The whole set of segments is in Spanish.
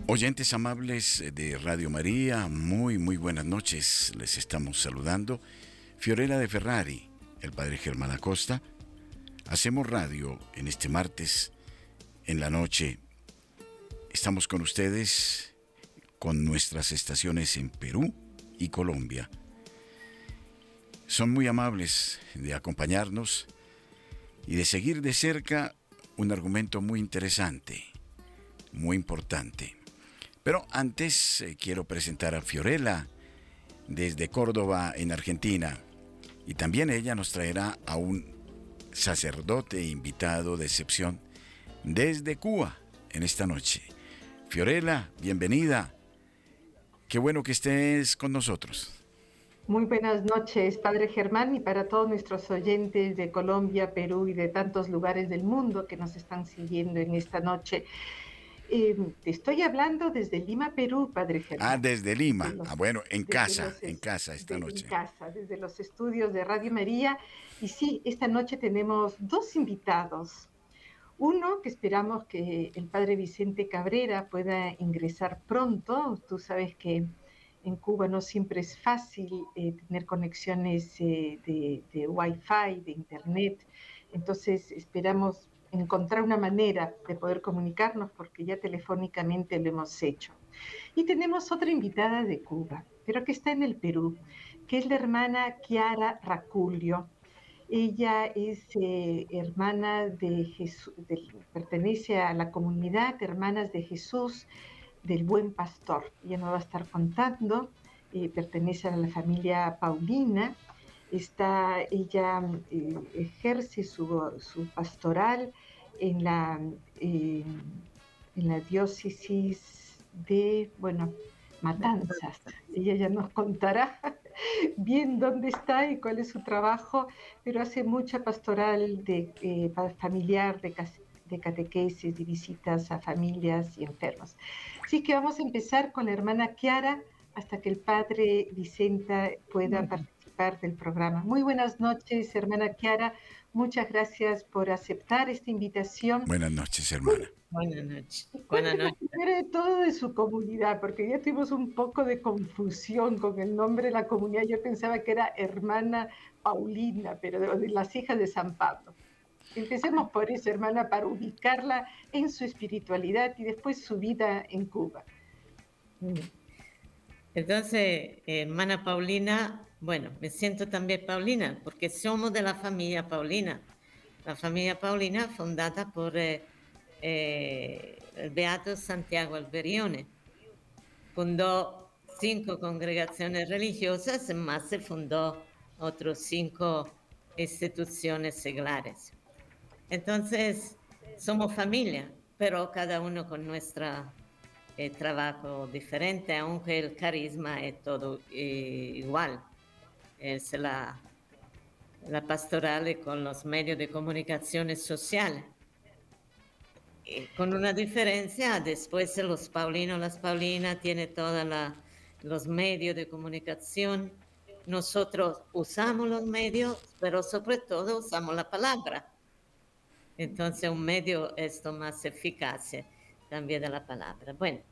Oyentes amables de Radio María, muy buenas noches. Les estamos saludando. Fiorella de Ferrari, el padre Germán Acosta. Hacemos radio en este martes, en la noche. Estamos con ustedes, con nuestras estaciones en Perú y Colombia. Son muy amables de acompañarnos y de seguir de cerca un argumento muy interesante, muy importante. Pero antes quiero presentar a Fiorella desde Córdoba, en Argentina. Y también ella nos traerá a un sacerdote invitado de excepción desde Cuba en esta noche. Fiorella, bienvenida. Qué bueno que estés con nosotros. Muy buenas noches, Padre Germán, y para todos nuestros oyentes de Colombia, Perú y de tantos lugares del mundo que nos están siguiendo en esta noche. Te estoy hablando desde Lima, Perú, Padre Germán. Desde Lima. Bueno, en casa esta En noche. casa, desde los estudios de Radio María. Y sí, esta noche tenemos dos invitados. Uno, que esperamos que el Padre Vicente Cabrera pueda ingresar pronto. Tú sabes que en Cuba no siempre es fácil tener conexiones de Wi-Fi, de Internet. Entonces esperamos encontrar una manera de poder comunicarnos porque ya telefónicamente lo hemos hecho. Y tenemos otra invitada de Cuba, pero que está en el Perú, que es la hermana Chiara Raculio. Ella es hermana de Jesús, pertenece a la comunidad Hermanas de Jesús del Buen Pastor. Ella nos va a estar contando, pertenece a la familia Paulina. Ella ejerce su pastoral en la diócesis de, Matanzas. Ella ya nos contará bien dónde está y cuál es su trabajo, pero hace mucha pastoral familiar, de catequesis, de visitas a familias y enfermos. Así que vamos a empezar con la hermana Chiara hasta que el padre Vicenta pueda participar del programa. Muy buenas noches, hermana Chiara. Muchas gracias por aceptar esta invitación. Buenas noches, hermana. Buenas noches. Cuéntenos primero de todo de su comunidad, porque ya tuvimos un poco de confusión con el nombre de la comunidad. Yo pensaba que era hermana Paulina, pero de las hijas de San Pablo. Empecemos por eso, hermana, para ubicarla en su espiritualidad y después su vida en Cuba. Entonces, hermana Paulina, bueno, me siento también Paulina, porque somos de la familia Paulina. La familia Paulina fundada por el Beato Santiago Alberione. Fundó 5 congregaciones religiosas, más se fundó otros 5 instituciones seglares. Entonces, somos familia, pero cada uno con nuestra trabajo diferente, aunque el carisma es todo igual. Es la pastoral con los medios de comunicación social. Con una diferencia, después los paulinos, las paulinas, tienen todos los medios de comunicación. Nosotros usamos los medios, pero sobre todo usamos la palabra. Entonces un medio es más eficaz también de la palabra. Bueno.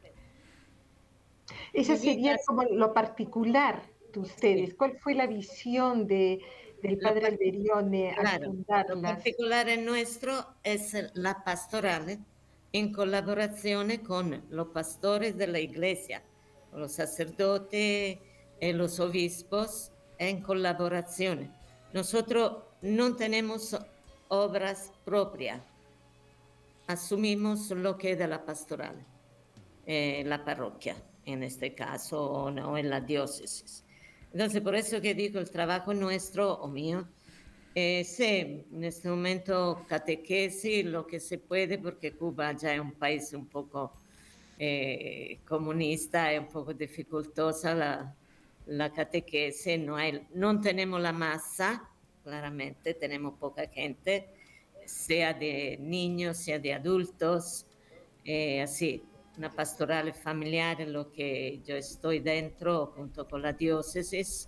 Ese sería como lo particular de ustedes. Sí. ¿Cuál fue la visión del padre Alberione al fundarlas? Lo particular nuestro es la pastoral en colaboración con los pastores de la iglesia, los sacerdotes, los obispos, en colaboración. Nosotros no tenemos obras propias, asumimos lo que es de la pastoral, la parroquia en este caso, o en la diócesis. Entonces, por eso que digo, el trabajo nuestro o mío es en este momento catequesis, lo que se puede, porque Cuba ya es un país un poco comunista, es un poco dificultosa la catequesis, no tenemos la masa, claramente, tenemos poca gente, sea de niños, sea de adultos, así. Una pastoral familiar en lo que yo estoy dentro junto con la diócesis.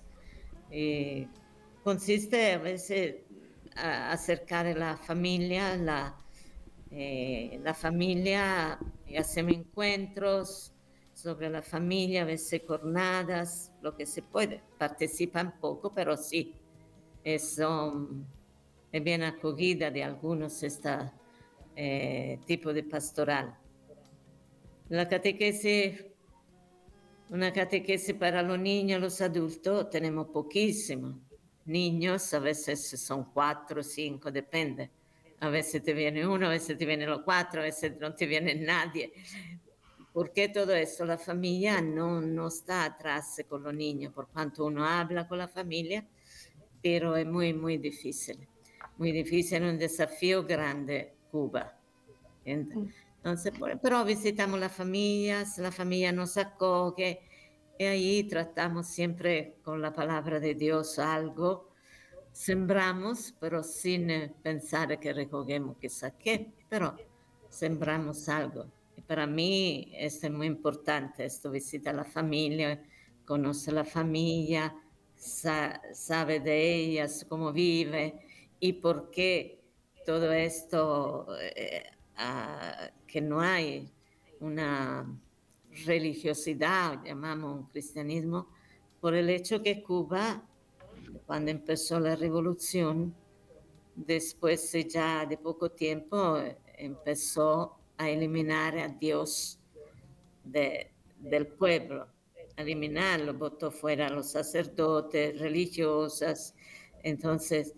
Consiste a veces a acercar a la familia, la familia y hacemos encuentros sobre la familia, a veces jornadas, lo que se puede. Participan poco, pero sí, es bien acogida de algunos este tipo de pastoral. La catequesis, una catequesis para los niños, los adultos, tenemos poquísimo. Niños, a veces son 4 o 5, depende. A veces te viene uno, a veces te vienen los 4, a veces no te viene nadie. ¿Por qué todo esto? La familia no está atrás con los niños, por cuanto uno habla con la familia, pero es muy, muy difícil. Muy difícil, es un desafío grande Cuba. Entonces, pero visitamos las familias, la familia nos acoge y ahí tratamos siempre con la palabra de Dios algo. Sembramos, pero sin pensar que recogemos quizá qué, pero sembramos algo. Y para mí esto es muy importante, esto visita a la familia, conoce a la familia, sabe de ellas, cómo vive y por qué todo esto, que no hay una religiosidad, llamamos un cristianismo, por el hecho que Cuba, cuando empezó la revolución, después ya de poco tiempo empezó a eliminar a Dios del pueblo, a eliminarlo, votó fuera a los sacerdotes, religiosas. Entonces,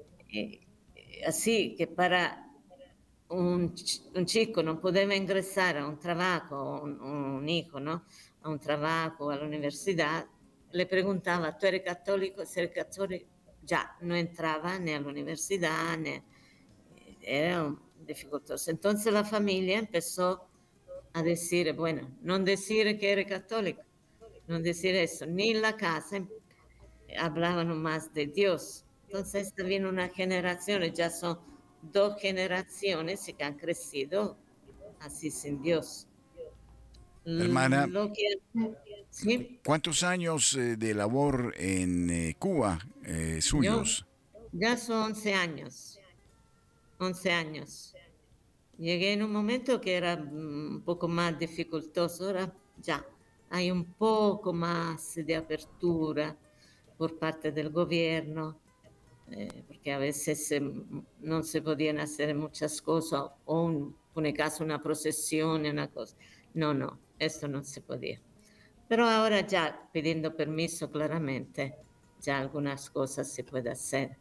así que para un chico no podeva ingresar a un trabajo, un hijo, ¿no? A un trabajo, a la universidad, le preguntaba, ¿tú eres católico? Si eres católico, ya, no entraba ni a la universidad, era dificultoso. Entonces la familia empezó a decir, bueno, no decir que eres católico, no decir eso, ni en la casa hablaban más de Dios. Entonces esta viene una generación, ya son 2 generaciones que han crecido así sin Dios. Hermana, ¿sí? ¿cuántos años de labor en Cuba suyos? Ya son 11 años. 11 años. Llegué en un momento que era un poco más dificultoso, ahora ya hay un poco más de apertura por parte del gobierno, porque a veces no se podían hacer muchas cosas, o en caso una procesión, una cosa. No, esto no se podía. Pero ahora ya pidiendo permiso claramente, ya algunas cosas se puede hacer.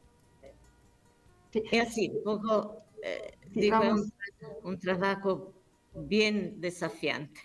Sí. Y así, un poco, Sí, digo, vamos. un trabajo bien desafiante.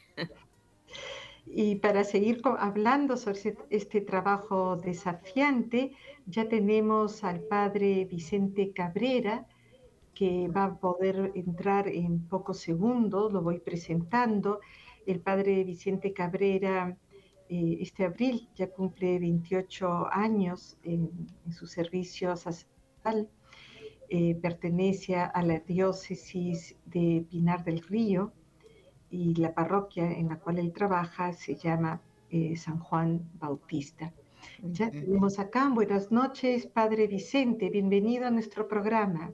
Y para seguir hablando sobre este trabajo desafiante, ya tenemos al padre Vicente Cabrera, que va a poder entrar en pocos segundos, lo voy presentando. El padre Vicente Cabrera, este abril ya cumple 28 años en su servicio sacerdotal. Pertenece a la diócesis de Pinar del Río y la parroquia en la cual él trabaja se llama San Juan Bautista. Ya tenemos acá. Buenas noches, padre Vicente, bienvenido a nuestro programa.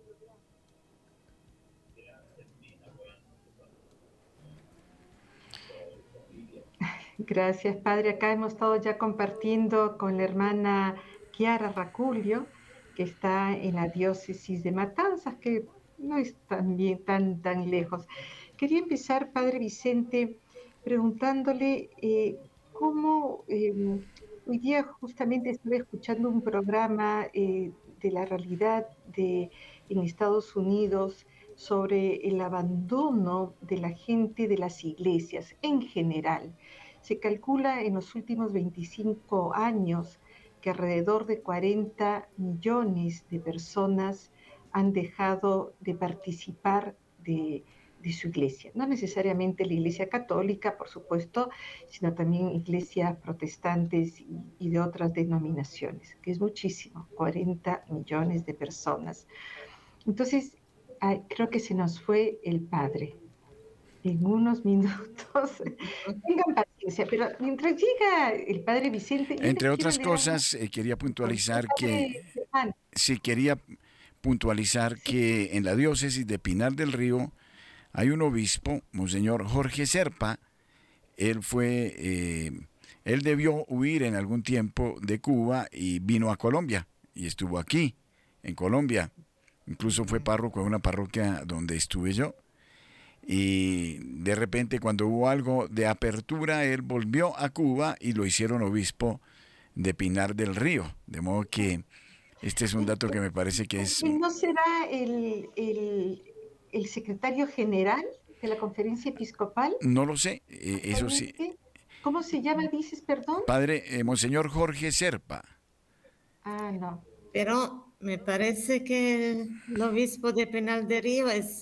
Gracias, padre. Acá hemos estado ya compartiendo con la hermana Chiara Raculio, que está en la diócesis de Matanzas, que no es tan lejos. Quería empezar, padre Vicente, preguntándole cómo hoy día justamente estuve escuchando un programa de la realidad en Estados Unidos sobre el abandono de la gente de las iglesias en general. Se calcula en los últimos 25 años que alrededor de 40 millones de personas han dejado de participar de su iglesia. No necesariamente la iglesia católica, por supuesto, sino también iglesias protestantes y de otras denominaciones, que es muchísimo, 40 millones de personas. Entonces, creo que se nos fue el padre. En unos minutos, tengan paciencia, pero mientras llega el padre Vicente... Entre otras cosas, quería puntualizar que en la diócesis de Pinar del Río hay un obispo, Monseñor Jorge Serpa. Él debió huir en algún tiempo de Cuba y vino a Colombia y estuvo aquí, en Colombia. Incluso fue párroco de una parroquia donde estuve yo. Y de repente, cuando hubo algo de apertura, él volvió a Cuba y lo hicieron obispo de Pinar del Río. De modo que este es un dato que me parece que es... ¿Y no será el secretario general de la conferencia episcopal? No lo sé, eso sí. ¿Cómo se llama, dices, perdón? Padre Monseñor Jorge Serpa. Ah, no. Pero me parece que el obispo de Pinar del Río es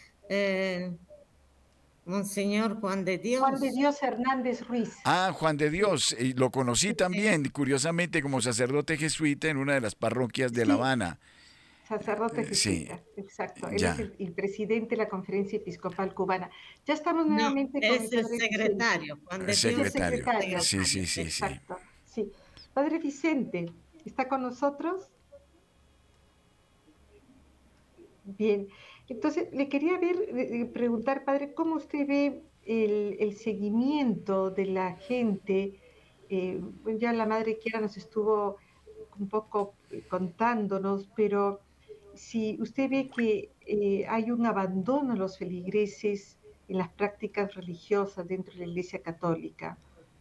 Monseñor Juan de Dios. Juan de Dios Hernández Ruiz. Ah, Juan de Dios, y lo conocí también, curiosamente, como sacerdote jesuita en una de las parroquias de La Habana. Sacerdote jesuita, exacto. Él es el presidente de la Conferencia Episcopal Cubana. Ya estamos nuevamente con el secretario, Juan de Dios. Secretario. Sí. Exacto, sí. Padre Vicente, ¿está con nosotros? Bien. Entonces, le quería preguntar, padre, ¿cómo usted ve el seguimiento de la gente? Ya la Madre Quiera nos estuvo un poco contándonos, pero si usted ve que hay un abandono de los feligreses en las prácticas religiosas dentro de la Iglesia Católica.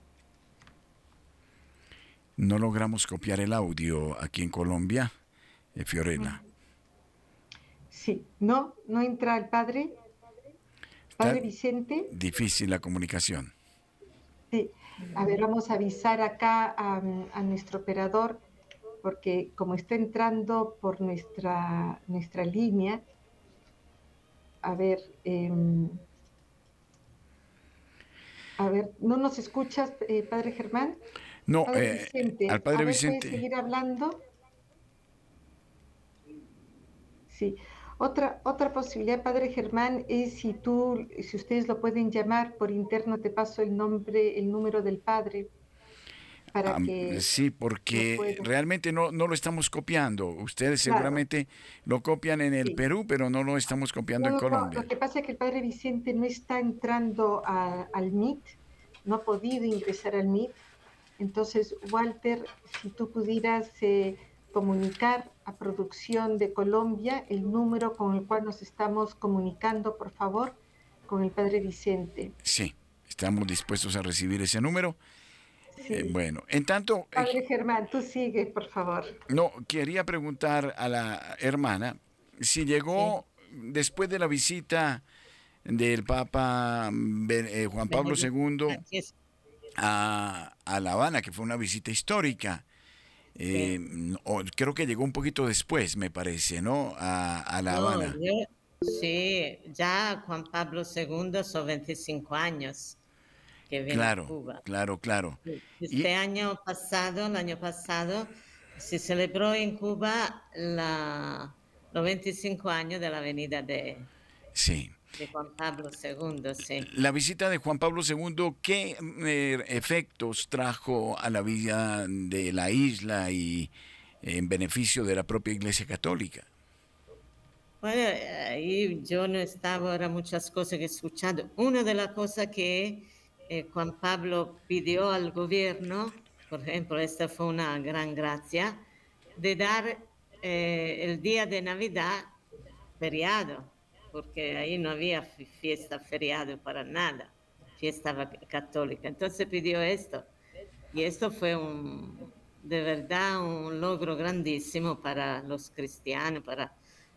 No logramos copiar el audio aquí en Colombia, Fiorella. Sí, no entra el padre Vicente. Difícil la comunicación. Sí, a ver, vamos a avisar acá a nuestro operador, porque como está entrando por nuestra línea, a ver, ¿no nos escuchas, Padre Germán? No, Padre Vicente, al Padre Vicente. ¿puede seguir hablando? Sí. Otra posibilidad, Padre Germán, es si ustedes lo pueden llamar por interno, te paso el número del Padre. Para que sí, porque realmente no lo estamos copiando. Ustedes seguramente lo copian en el Perú, pero no lo estamos copiando en Colombia. Lo que pasa es que el Padre Vicente no está entrando al Meet, no ha podido ingresar al Meet. Entonces, Walter, si tú pudieras comunicar a Producción de Colombia el número con el cual nos estamos comunicando, por favor, con el Padre Vicente. Sí, estamos dispuestos a recibir ese número. Sí. Bueno, en tanto... Padre Germán, tú sigue, por favor. No, quería preguntar a la hermana si llegó después de la visita del Papa Juan Pablo II a La Habana, que fue una visita histórica. Creo que llegó un poquito después, me parece, ¿no? A La Habana. Sí, ya Juan Pablo II son 25 años que viene a Cuba. Claro. El año pasado, se celebró en Cuba los 25 años de la venida de Juan Pablo II. Sí. La visita de Juan Pablo II, ¿qué efectos trajo a la vida de la isla y en beneficio de la propia Iglesia Católica? Bueno, ahí yo no estaba, ahora muchas cosas que he escuchado. Una de las cosas que Juan Pablo pidió al gobierno, por ejemplo, esta fue una gran gracia, de dar el día de Navidad feriado, porque ahí no había fiesta, feriado para nada, fiesta católica. Entonces pidió esto, y esto fue de verdad un logro grandísimo para los cristianos, para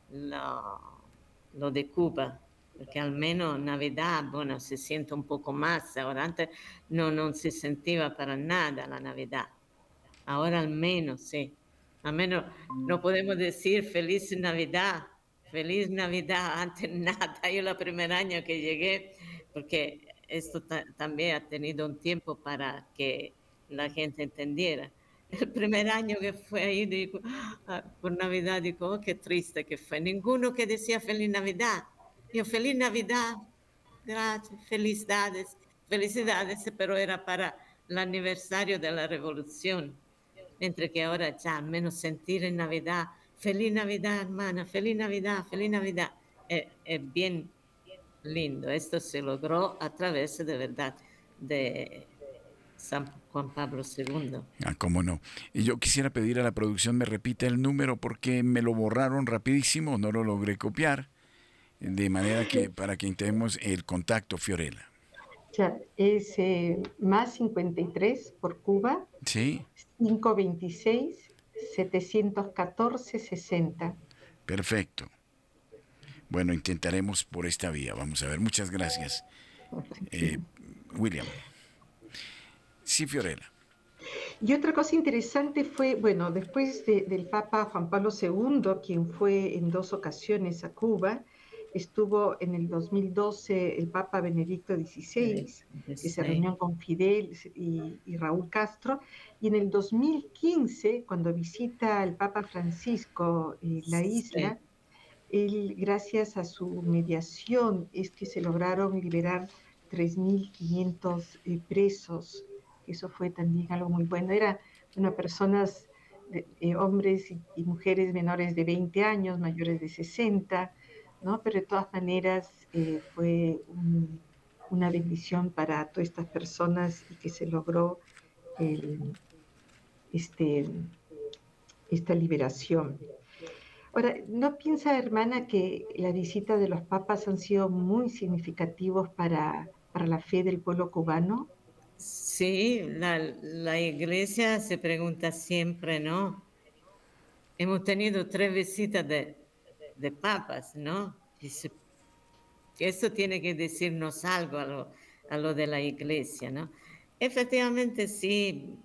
lo de Cuba, porque al menos Navidad, bueno, se siente un poco más. Ahora antes no se sentía para nada la Navidad. Ahora al menos, sí. Al menos no podemos decir feliz Navidad, antes nada. Yo el primer año que llegué, porque esto también ha tenido un tiempo para que la gente entendiera. El primer año que fue ahí, digo, por Navidad, digo, oh, qué triste que fue. Ninguno que decía Feliz Navidad. Yo, Feliz Navidad, gracias, felicidades, pero era para el aniversario de la Revolución. Mientras que ahora ya, al menos sentir en Navidad, Feliz Navidad, hermana, Feliz Navidad, es bien lindo. Esto se logró a través de verdad de San Juan Pablo II. Ah, cómo no. Y yo quisiera pedir a la producción me repita el número porque me lo borraron rapidísimo, no lo logré copiar, de manera que para que intentemos el contacto, Fiorella. Ya, es más 53 por Cuba, Sí, 526 714 60. perfecto. Bueno, intentaremos por esta vía. Vamos a ver. Muchas gracias, William. Sí, Fiorella. Y otra cosa interesante fue, bueno, después del Papa Juan Pablo II, quien fue en 2 ocasiones a Cuba, estuvo en el 2012 el Papa Benedicto XVI, que se Sí, reunió con Fidel y Raúl Castro, y en el 2015, cuando visita el Papa Francisco la sí. isla, él, gracias a su mediación, es que se lograron liberar 3.500 presos. Eso fue también algo muy bueno. Eran personas, hombres y mujeres menores de 20 años, mayores de 60, ¿no? Pero de todas maneras fue una bendición para todas estas personas y que se logró el, este, esta liberación. Ahora, ¿no piensa, hermana, que la visita de los papas han sido muy significativos para la fe del pueblo cubano? Sí, la iglesia se pregunta siempre, ¿no? Hemos tenido 3 visitas de papas, ¿no? Dice, esto tiene que decirnos algo a lo de la iglesia, ¿no? Efectivamente, sí,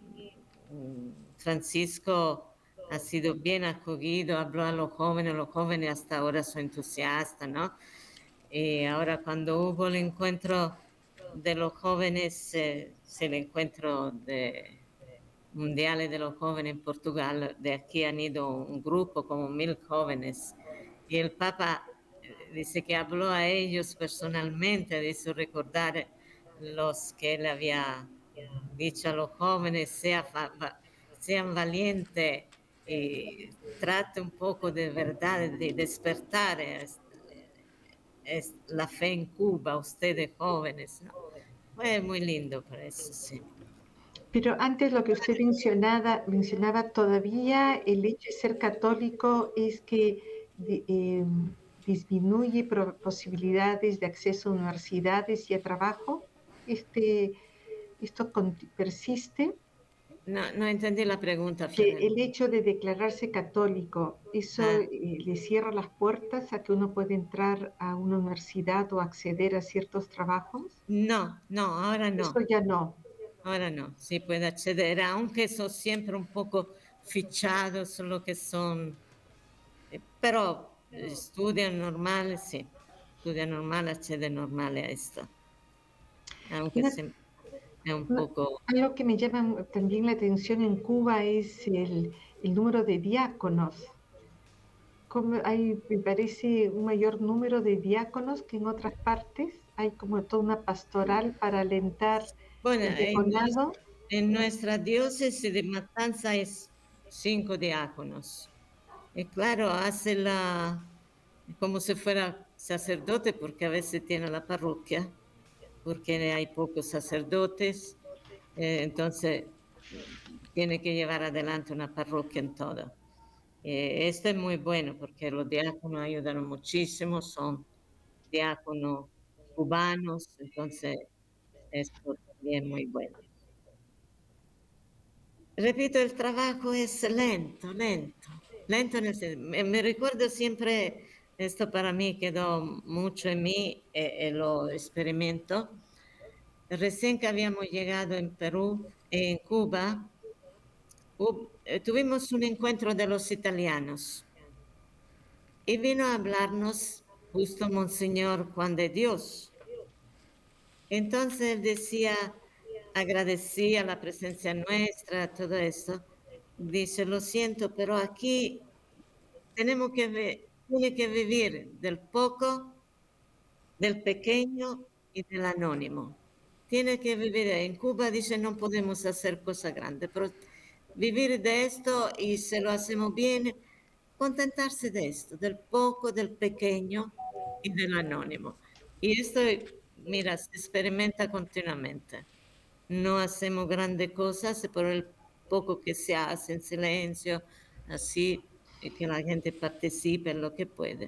Francisco ha sido bien acogido, habló a los jóvenes hasta ahora son entusiastas, ¿no? Y ahora cuando hubo el encuentro de los jóvenes, el encuentro mundiales de los jóvenes en Portugal, de aquí han ido un grupo como 1.000 jóvenes, y el Papa dice que habló a ellos personalmente, de eso recordar los que él había dicho a los jóvenes, sean valientes y trate un poco de verdad de despertar la fe en Cuba, ustedes jóvenes, ¿no? Fue muy lindo por eso, sí. Pero antes lo que usted mencionaba todavía, el hecho de ser católico es que disminuye posibilidades de acceso a universidades y a trabajo. Esto persiste. No, no entendí la pregunta, Que Fiorella. el hecho de declararse católico, eso Ah, le cierra las puertas a que uno pueda entrar a una universidad o acceder a ciertos trabajos. no, no, ahora Eso no, ya no. ahora no. Sí puede acceder, aunque son siempre un poco fichados lo que son, pero estudian normal, sí, estudian normal, accede normal a esto, aunque Una es un No, poco. algo que me llama también la atención en Cuba es el número de diáconos. Me parece, un mayor número de diáconos que en otras partes. Hay como toda una pastoral para alentar Bueno, el diaconado. en nuestra diócesis de Matanza es 5 diáconos. Y claro, hace como si fuera sacerdote, porque a veces tiene la parroquia, porque hay pocos sacerdotes, entonces tiene que llevar adelante una parroquia en todo. Esto es muy bueno porque los diáconos ayudan muchísimo, son diáconos cubanos, entonces esto también es muy bueno. Repito, el trabajo es lento, lento, lento. Me recuerdo siempre, esto para mí quedó mucho en mí, lo experimento. Recién que habíamos llegado en Perú, en Cuba, tuvimos un encuentro de los italianos y vino a hablarnos justo Monseñor Juan de Dios. Entonces él decía, agradecía la presencia nuestra, todo esto. Dice, lo siento, pero aquí tiene que vivir del poco, del pequeño y del anónimo. Tiene que vivir. En Cuba dice, no podemos hacer cosas grandes, pero vivir de esto y se lo hacemos bien, contentarse de esto, del poco, del pequeño y del anónimo. Y esto, mira, se experimenta continuamente. No hacemos grandes cosas, pero el poco que se hace en silencio, así que la gente participe en lo que puede,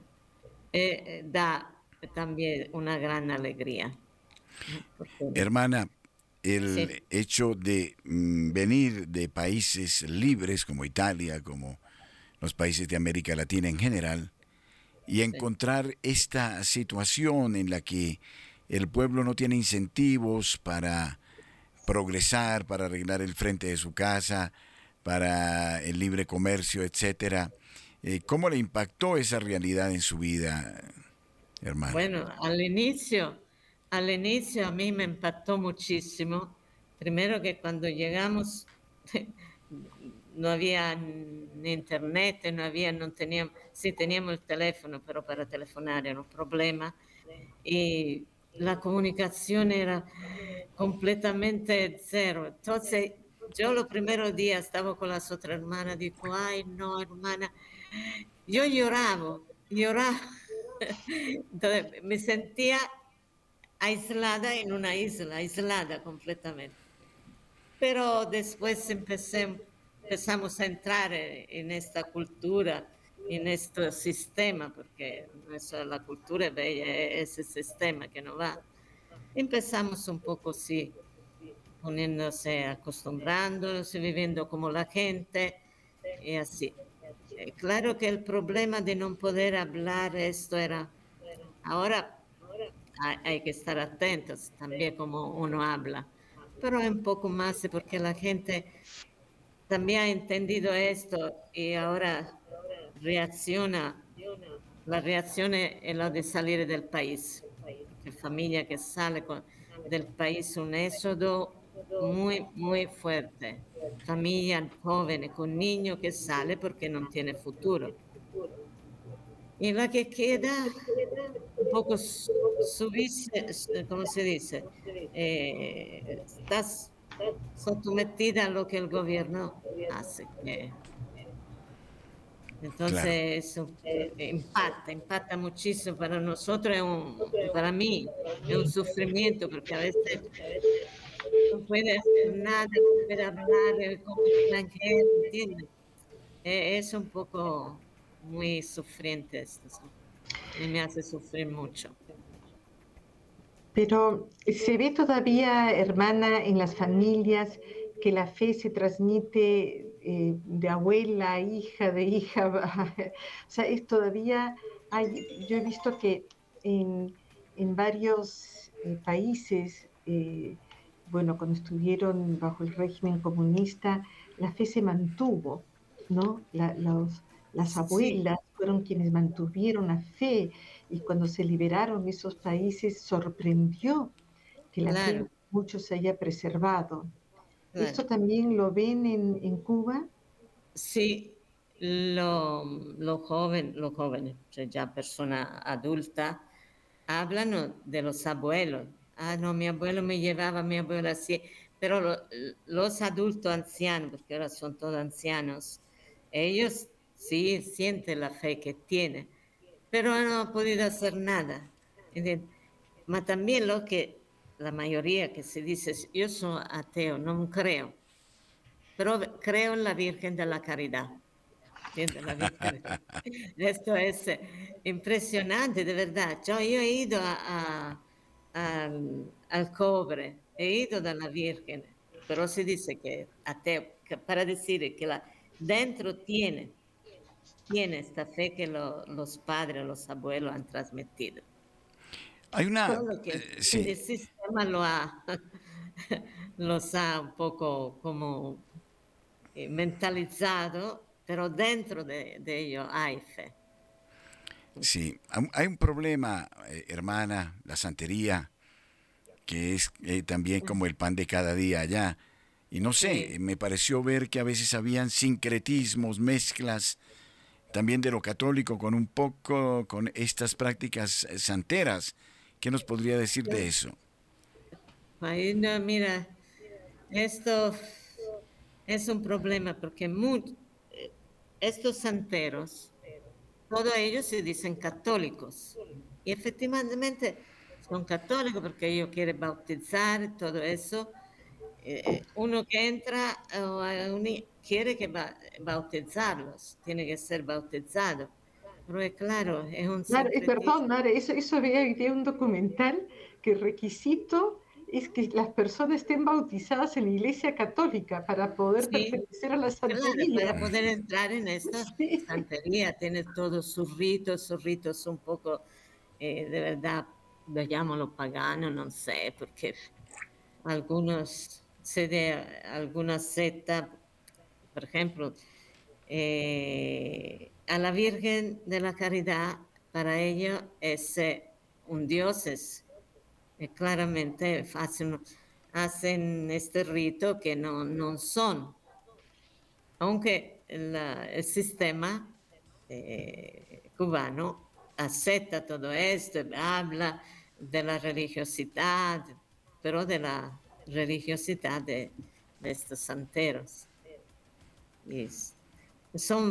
da también una gran alegría, ¿no? Porque, Hermana, sí, el hecho de venir de países libres como Italia, como los países de América Latina en general, y sí. encontrar esta situación en la que el pueblo no tiene incentivos para progresar, para arreglar el frente de su casa, para el libre comercio, etcétera. ¿Cómo le impactó esa realidad en su vida, hermana? Bueno, al inicio a mí me impactó muchísimo. Primero que cuando llegamos no había ni internet, no teníamos, sí teníamos el teléfono, pero para telefonar era un problema. Y la comunicación era completamente cero. Entonces, yo los primeros días estaba con las otras hermanas, digo, ay, no, hermana, yo lloraba. Entonces, me sentía aislada en una isla, aislada completamente. Pero después empezamos a entrar en esta cultura, en este sistema, porque la cultura es bella, es ese sistema que no va. Empezamos un poco, sí, poniéndose, acostumbrándose, viviendo como la gente y así. Claro que el problema de no poder hablar esto era, ahora hay que estar atentos también como uno habla, pero un poco más porque la gente también ha entendido esto y ahora reacciona, la reacción es la de salir del país, porque familia que sale del país, un éxodo muy, muy fuerte, familia jóvenes con niños que sale porque no tiene futuro. Y la que queda un poco ¿cómo se dice? Estás sometida a lo que el gobierno hace. Claro, Entonces, eso impacta muchísimo para nosotros, para mí, es un sufrimiento, porque a veces no puede hacer nada, no puede hablar como extranjero, ¿entiendes? Es un poco muy sufriente esto, sí. Me hace sufrir mucho. Pero se ve todavía, hermana, en las familias que la fe se transmite de abuela a hija, de hija. O sea, es todavía yo he visto que en varios países, bueno, cuando estuvieron bajo el régimen comunista, la fe se mantuvo, ¿no? Las Sí, abuelas fueron quienes mantuvieron la fe y cuando se liberaron esos países sorprendió que la fe en claro, muchos se haya preservado. claro. ¿Esto también lo ven en Cuba? Sí, los jóvenes, o sea, ya persona adulta, hablan, ¿no?, de los abuelos. Ah, no, mi abuelo me llevaba, mi abuelo así. Pero los adultos ancianos, porque ahora son todos ancianos, ellos sí sienten la fe que tienen, pero no han podido hacer nada. ¿Entiendes? Ma también la mayoría que se dice, yo soy ateo, no creo, pero creo en la Virgen de la Caridad. ¿Entiendes? La Virgen. Esto es impresionante, de verdad. Yo he ido al cobre, he ido a la Virgen, pero se dice que ateo, para decir que dentro tiene esta fe que los padres, los abuelos han transmitido. hay una, Solo que sí, el sistema los ha un poco como mentalizado, pero dentro de ello hay fe. sí, hay un problema, hermana, la santería, que es también como el pan de cada día allá. Y no sé, Sí, me pareció ver que a veces habían sincretismos, mezclas también de lo católico con un poco con estas prácticas santeras. ¿Qué nos podría decir de sí. eso? Ahí no, mira, esto es un problema porque eh, estos santeros, todos ellos se dicen católicos y efectivamente son católicos porque ellos quieren bautizar, todo eso. Uno que entra quiere que bautizarlos, tiene que ser bautizado. Pero es claro, es un Perdón, secretismo. Mara, eso había de un documental que el requisito es que las personas estén bautizadas en la Iglesia Católica para poder Sí, pertenecer a la claro, santería. para poder entrar en esta Sí. santería, tiene todos sus ritos un poco, de verdad, llamámoslo pagano, no sé, porque algunos se de alguna secta, por ejemplo, a la Virgen de la Caridad, para ellos es un dios, claramente hacen este rito que no son, aunque el sistema cubano acepta todo esto, habla de la religiosidad, pero de la religiosidad de estos santeros. Y son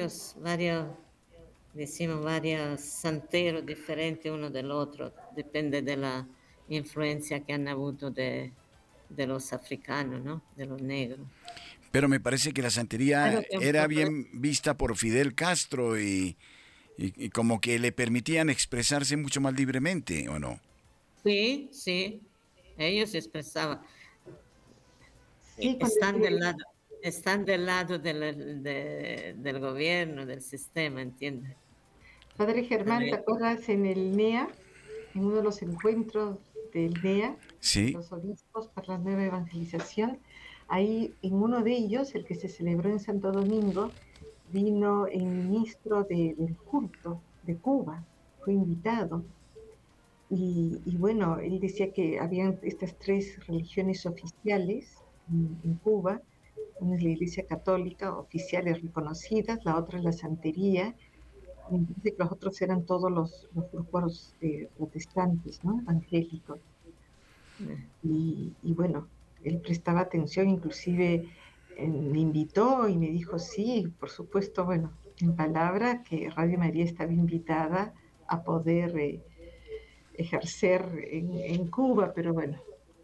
decimos, varios santeros diferentes uno del otro, depende de la influencia que han avuto de los africanos, ¿no? De los negros. Pero me parece que la santería Claro que un era problema. bien vista por Fidel Castro y como que le permitían expresarse mucho más libremente, ¿o no? Sí, sí, ellos se expresaban. Sí, con Están del lado del gobierno, del sistema, ¿entiendes? Padre Germán, ¿te acuerdas en el NEA, en uno de los encuentros del NEA, Sí, los obispos para la nueva evangelización? Ahí, en uno de ellos, el que se celebró en Santo Domingo, vino el ministro del culto de Cuba, fue invitado. Y bueno, él decía que habían estas tres religiones oficiales en Cuba. Una es la Iglesia Católica, oficiales reconocidas, la otra es la Santería, y dice que los otros eran todos los grupos protestantes, ¿no? Evangélicos. Y bueno, él prestaba atención, inclusive me invitó y me dijo, sí, por supuesto, bueno, en palabra, que Radio María estaba invitada a poder ejercer en Cuba, pero bueno,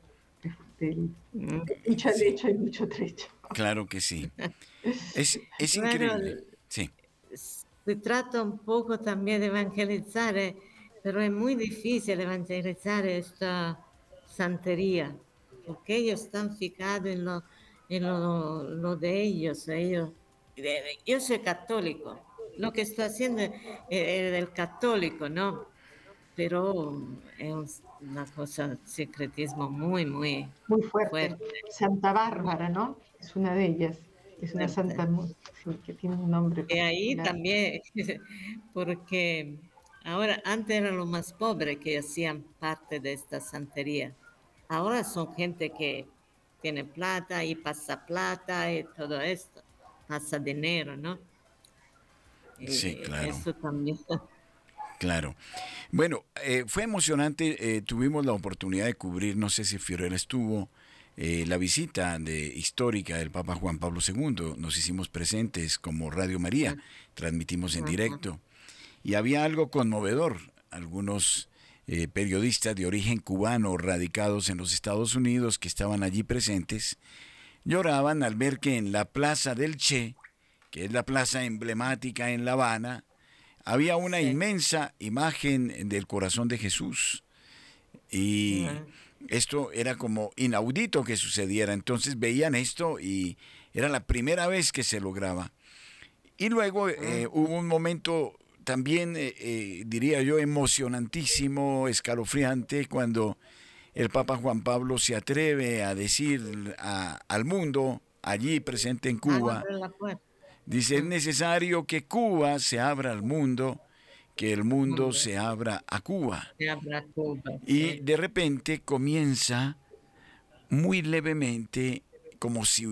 del Mm. dicho al sí, hecho hay mucho trecho. claro que sí. Es Bueno, increíble. Sí. se trata un poco también de evangelizar, pero es muy difícil evangelizar esta santería, porque ellos están fijados lo de ellos. Yo soy católico, lo que estoy haciendo es del católico, ¿no? Pero es una cosa, secretismo muy, muy Muy fuerte. fuerte, Santa muy Bárbara, ¿no? Es una de ellas. Es una fuerte. santa sí, que tiene un nombre Y ahí particular. también, porque antes eran los más pobres que hacían parte de esta santería. Ahora son gente que tiene plata y pasa plata y todo esto, pasa dinero, ¿no? Sí, Y claro, eso también. claro. Bueno, fue emocionante. Tuvimos la oportunidad de cubrir, no sé si Fiorella estuvo, la visita histórica del Papa Juan Pablo II. Nos hicimos presentes como Radio María, transmitimos en Ajá, directo. Y había algo conmovedor. Algunos periodistas de origen cubano radicados en los Estados Unidos que estaban allí presentes lloraban al ver que en la Plaza del Che, que es la plaza emblemática en La Habana, había una sí. inmensa imagen del corazón de Jesús. Y Ajá, esto era como inaudito que sucediera. Entonces veían esto y era la primera vez que se lograba. Y luego ajá, hubo un momento también, diría yo, emocionantísimo, escalofriante, cuando el Papa Juan Pablo se atreve a decir al mundo, allí presente en Cuba, abre la puerta. dice, es Ah, necesario que Cuba se abra al mundo, que el mundo mundo, se abra a Cuba. se abre Cuba, Y sí. de repente comienza muy levemente, como si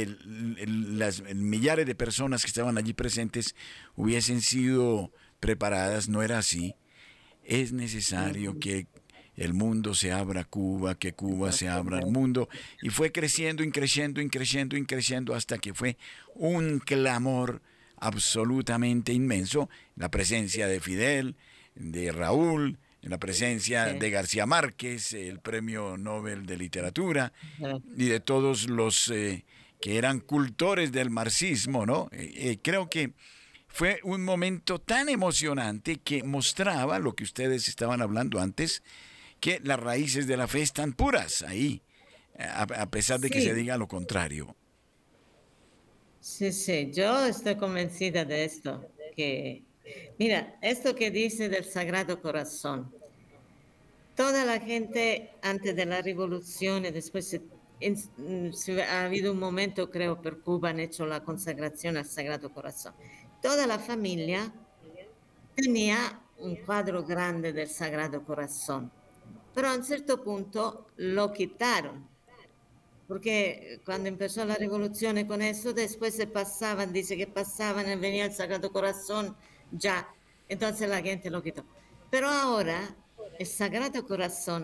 las millares de personas que estaban allí presentes hubiesen sido preparadas, no era así. Es necesario Ujú, que el mundo se abra a Cuba, que Cuba abre se abra al Cuba. mundo. Y fue creciendo, creciendo, creciendo, creciendo, hasta que fue un clamor absolutamente inmenso. La presencia de Fidel, de Raúl, en la presencia de García Márquez, el Premio Nobel de Literatura, y de todos los que eran cultores del marxismo, ¿no? Creo que fue un momento tan emocionante que mostraba lo que ustedes estaban hablando antes, que las raíces de la fe están puras ahí, a pesar de que se Sí, diga lo contrario. sí, sí, yo estoy convencida de esto, que, mira, esto que dice del Sagrado Corazón, toda la gente antes de la revolución y después ha habido un momento, creo, por Cuba han hecho la consagración al Sagrado Corazón. Toda la familia tenía un cuadro grande del Sagrado Corazón, pero a un cierto punto lo quitaron, porque cuando empezó la revolución y con eso, después se pasaban, dice que pasaban y venía el Sagrado Corazón, ya, entonces la gente lo quitó. Pero ahora el Sagrado Corazón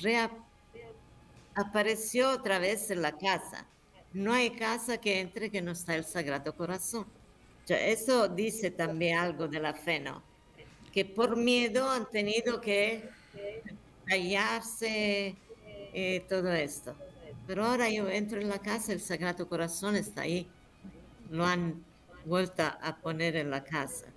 apareció otra vez en la casa. No hay casa que entre que no está el Sagrado Corazón. Eso dice también algo de la fe, ¿no? Que por miedo han tenido que callarse todo esto. Pero ahora yo entro en la casa, el Sagrado Corazón está ahí. Lo han vuelto a poner en la casa.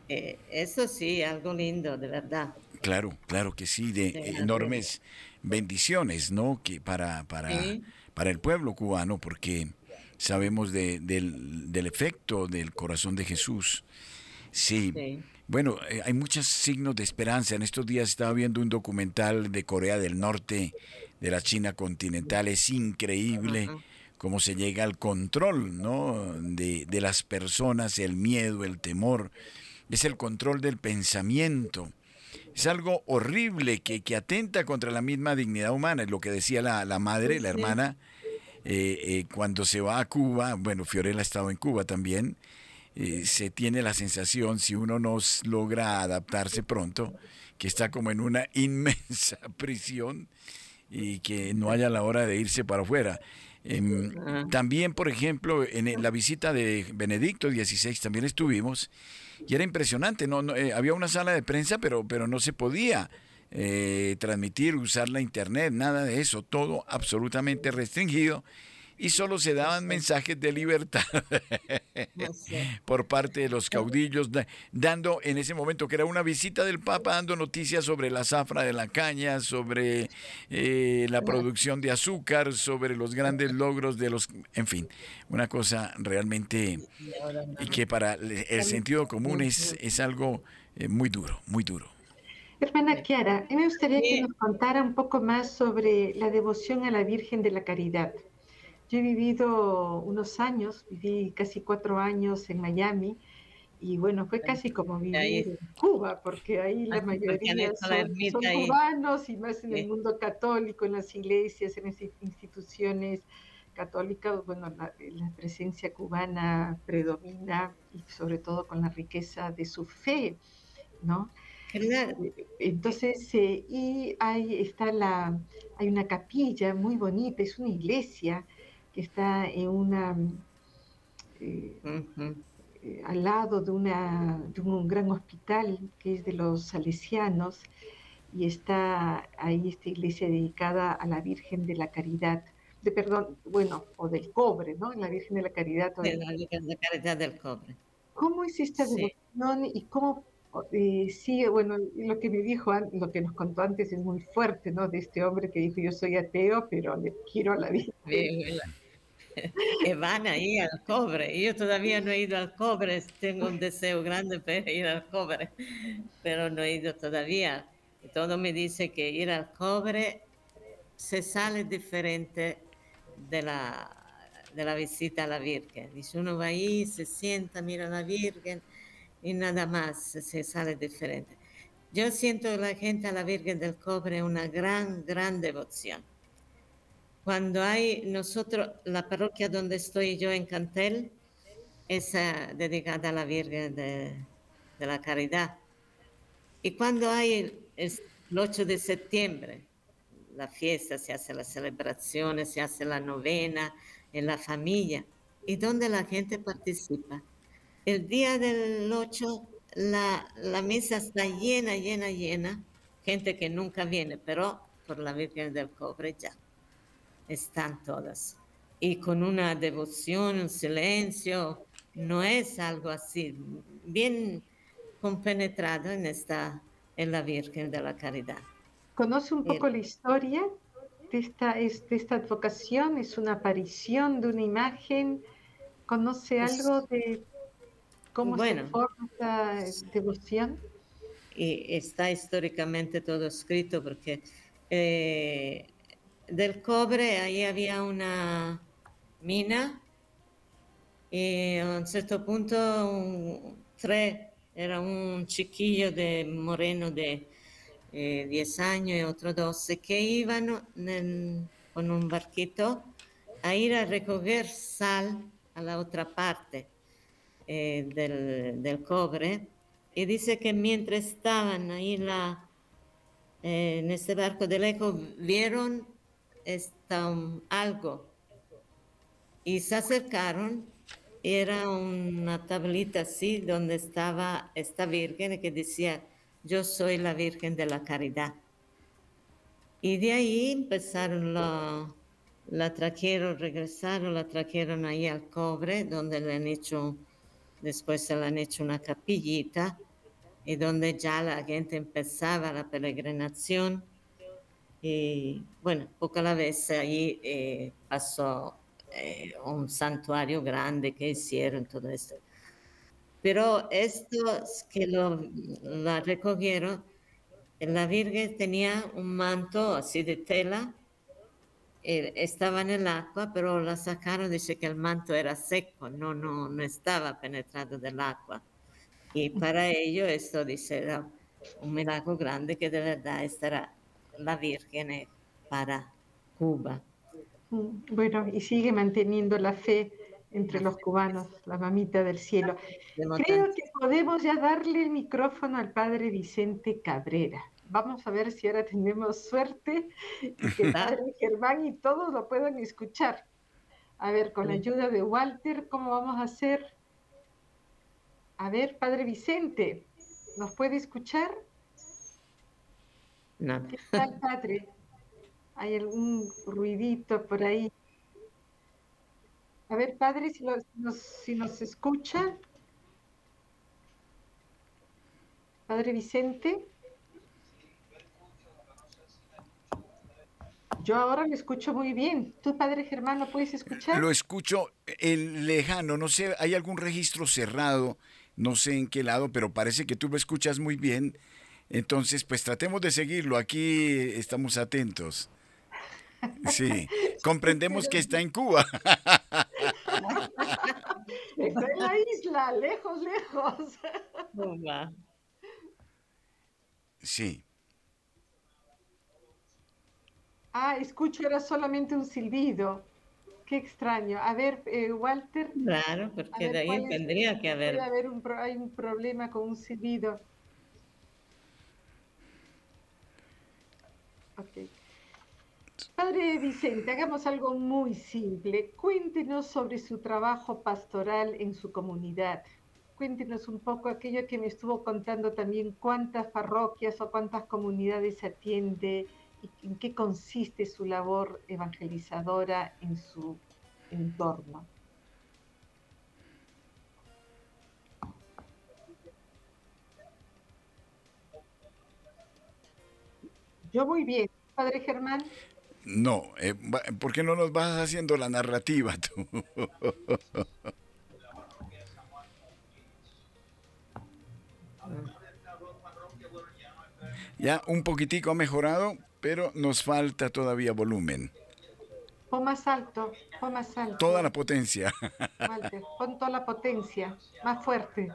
Eso sí, algo lindo, de verdad. Claro, claro que sí, de De verdad. enormes bendiciones, ¿no? Que Sí, para el pueblo cubano, porque sabemos del efecto del corazón de Jesús. Sí, sí. bueno, hay muchos signos de esperanza. En estos días estaba viendo un documental de Corea del Norte, de la China continental. Es increíble Ajá. cómo se llega al control, ¿no? De las personas, el miedo, el temor. Es el control del pensamiento. Es algo horrible que atenta contra la misma dignidad humana. Es lo que decía la Sí, madre, la sí. hermana, cuando se va a Cuba. Bueno, Fiorella ha estado en Cuba también. Se tiene la sensación, si uno no logra adaptarse pronto, que está como en una inmensa prisión y que no haya la hora de irse para afuera. Ah, También, por ejemplo, la visita de Benedicto XVI también estuvimos y era impresionante. Había una sala de prensa, pero no se podía transmitir, usar la internet, nada de eso, todo absolutamente restringido y solo se no daban sé, mensajes de libertad no sé. por parte de los caudillos, dando en ese momento que era una visita del Papa, dando noticias sobre la zafra de la caña, sobre la producción de azúcar, sobre los grandes logros de los, en fin, una cosa realmente Y ahora y nada. que para el sentido común es algo muy duro, muy duro. Hermana Sí. Chiara, a mí me gustaría que Sí, nos contara un poco más sobre la devoción a la Virgen de la Caridad. Yo he vivido unos años, viví casi 4 años en Miami y bueno, fue casi como vivir ahí, en Cuba, porque ahí la así porque han mayoría hecho la son ermita ahí. cubanos y más en el Sí, mundo católico, en las iglesias, en las instituciones católicas, bueno, la presencia cubana predomina y sobre todo con la riqueza de su fe, ¿no? claro. Entonces, hay una capilla muy bonita, es una iglesia que está eh, Ujú. al lado de un gran hospital que es de los salesianos y está ahí esta iglesia dedicada a la Virgen de la Caridad, perdón, bueno, o del cobre, ¿no? La Virgen de la Caridad o De del la Virgen de Caridad del Cobre. ¿Cómo es esta Sí, devoción y cómo sigue? Bueno, lo que me dijo, lo que nos contó antes es muy fuerte, ¿no? De este hombre que dijo, yo soy ateo, pero le quiero a la Virgen. bien, que van ahí al cobre. Yo todavía no he ido al cobre, tengo un deseo grande para ir al cobre, pero no he ido todavía. Y todo me dice que ir al cobre se sale diferente de la visita a la Virgen. Dice, uno va ahí, se sienta, mira a la Virgen y nada más, se sale diferente. Yo siento que la gente a la Virgen del Cobre una gran, gran devoción. Cuando hay nosotros, la parroquia donde estoy yo en Cantel, es dedicada a la Virgen de la Caridad. Y cuando hay el 8 de septiembre, la fiesta, se hace las celebraciones, se hace la novena en la familia y donde la gente participa. El día del 8 la misa está llena, llena, llena gente que nunca viene, pero por la Virgen del Cobre ya están todas. Y con una devoción, un silencio, no es algo así, bien compenetrado en la Virgen de la Caridad. ¿Conoce un poco El- la historia de esta advocación? ¿Es una aparición de una imagen? ¿Conoce algo es- de cómo se bueno, forma esta devoción? y está históricamente todo escrito porque eh, del cobre ahí había una mina y a un certo punto tre, era un chiquillo de moreno de 10 años y otro 12 que iban con un barquito a ir a recoger sal a la otra parte del cobre y dice que mientras estaban ahí en este barco de lejos vieron algo y se acercaron. Era una tablita así donde estaba esta virgen que decía, yo soy la Virgen de la Caridad. Y de ahí empezaron la trajeron, regresaron, la trajeron ahí al cobre, donde le han hecho, después se le han hecho una capillita, y donde ya la gente empezaba la peregrinación. Y bueno, poco a la vez ahí pasó un santuario grande que hicieron, todo esto. Pero estos que la recogieron, la Virgen tenía un manto así de tela, estaba en el agua, pero la sacaron, dice que el manto era seco, no estaba penetrado del agua. Y para ello esto dice, era un milagro grande que de verdad estará la Virgen para Cuba. Bueno, y sigue manteniendo la fe entre La los fe cubanos, la mamita del cielo. tenemos Creo tanto. que podemos ya darle el micrófono al padre Vicente Cabrera. Vamos a ver si ahora tenemos suerte y que el ¿Verdad? padre Germán y todos lo puedan escuchar. A ver, con la Sí. ayuda de Walter, ¿cómo vamos a hacer? A ver, padre Vicente, ¿nos puede escuchar? Nada. ¿Qué tal, padre? ¿Hay algún ruidito por ahí? A ver, padre, si nos escucha, padre Vicente. Yo ahora lo escucho muy bien. ¿Tú, padre Germán, lo puedes escuchar? Lo escucho lejano, no sé, hay algún registro cerrado, no sé en qué lado, pero parece que tú lo escuchas muy bien. Entonces, pues tratemos de seguirlo, aquí estamos atentos. Sí, comprendemos que está en Cuba. Está en la isla, lejos, lejos. Cuba. Sí, Ah, escucho, era solamente un silbido. Qué extraño. A ver, Walter, Claro, a porque de ver ahí cuál es. tendría que Puede haber. haber hay un problema con un silbido. Ok. Padre Vicente, hagamos algo muy simple. Cuéntenos sobre su trabajo pastoral en su comunidad. Cuéntenos un poco aquello que me estuvo contando también, cuántas parroquias o cuántas comunidades atiende y en qué consiste su labor evangelizadora en su entorno. Yo muy bien. Padre Germán, no, ¿por qué no nos vas haciendo la narrativa tú? Ya un poquitico ha mejorado, pero nos falta todavía volumen. pon más Toda la alto, potencia. Walter, pon toda la potencia, más fuerte.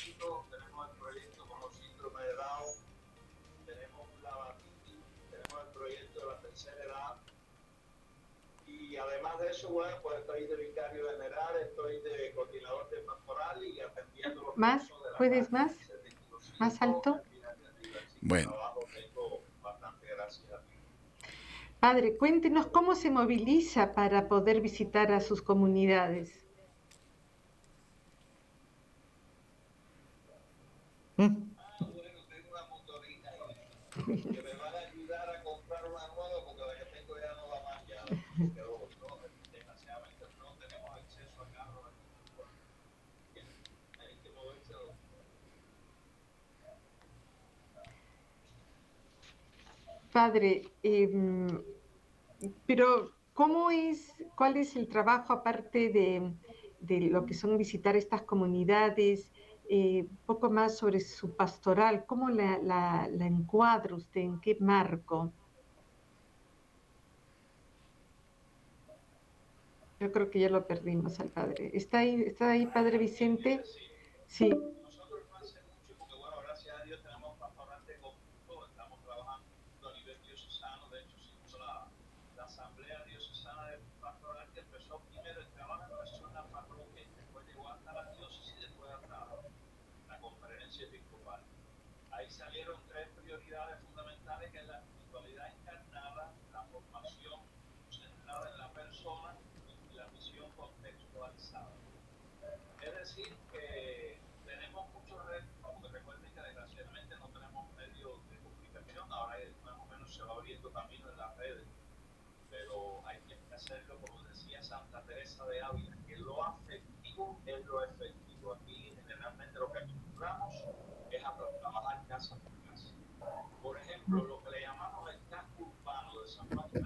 Y además de eso, bueno, pues estoy de vicario general, estoy de coordinador de pastoral y atendiendo los ¿Más? cursos de la ¿Puedes calle. más? ¿Más alto? Bueno, Trabajo tengo bastante, gracias a Dios. Padre, cuéntenos cómo se moviliza para poder visitar a sus comunidades. Mm. Bueno, tengo una motorita que me se quedó. ¿No? Desgraciadamente no tenemos acceso a carros aquí. Hay que moverse a los... Padre, pero cuál es el trabajo aparte de lo que son visitar estas comunidades? Un poco más sobre su pastoral, ¿cómo la encuadra usted? ¿En qué marco? Yo creo que ya lo perdimos al padre. Está ahí, Padre Vicente? Sí. Nosotros no hace mucho, porque bueno, gracias a Dios tenemos pastorantes conjuntos, estamos trabajando a nivel diocesano. De hecho, hicimos la asamblea diocesana de pastoral, que empezó primero, el trabajo empezó en la parroquia y después llegó hasta la diócesis y después hasta la conferencia episcopal. Ahí salieron tres prioridades fundamentales, que es la espiritualidad encarnada, la formación centrada en la persona y la misión contextualizada. Es decir, que tenemos muchos retos, porque recuerden que desgraciadamente no tenemos medios de comunicación. Ahora más o menos se va abriendo camino en las redes, pero hay que hacerlo, como decía Santa Teresa de Ávila, que lo afectivo es lo efectivo. Aquí generalmente lo que acostumbramos es a trabajar casa por casa. Por ejemplo, lo que le llamamos el casco urbano de San Juan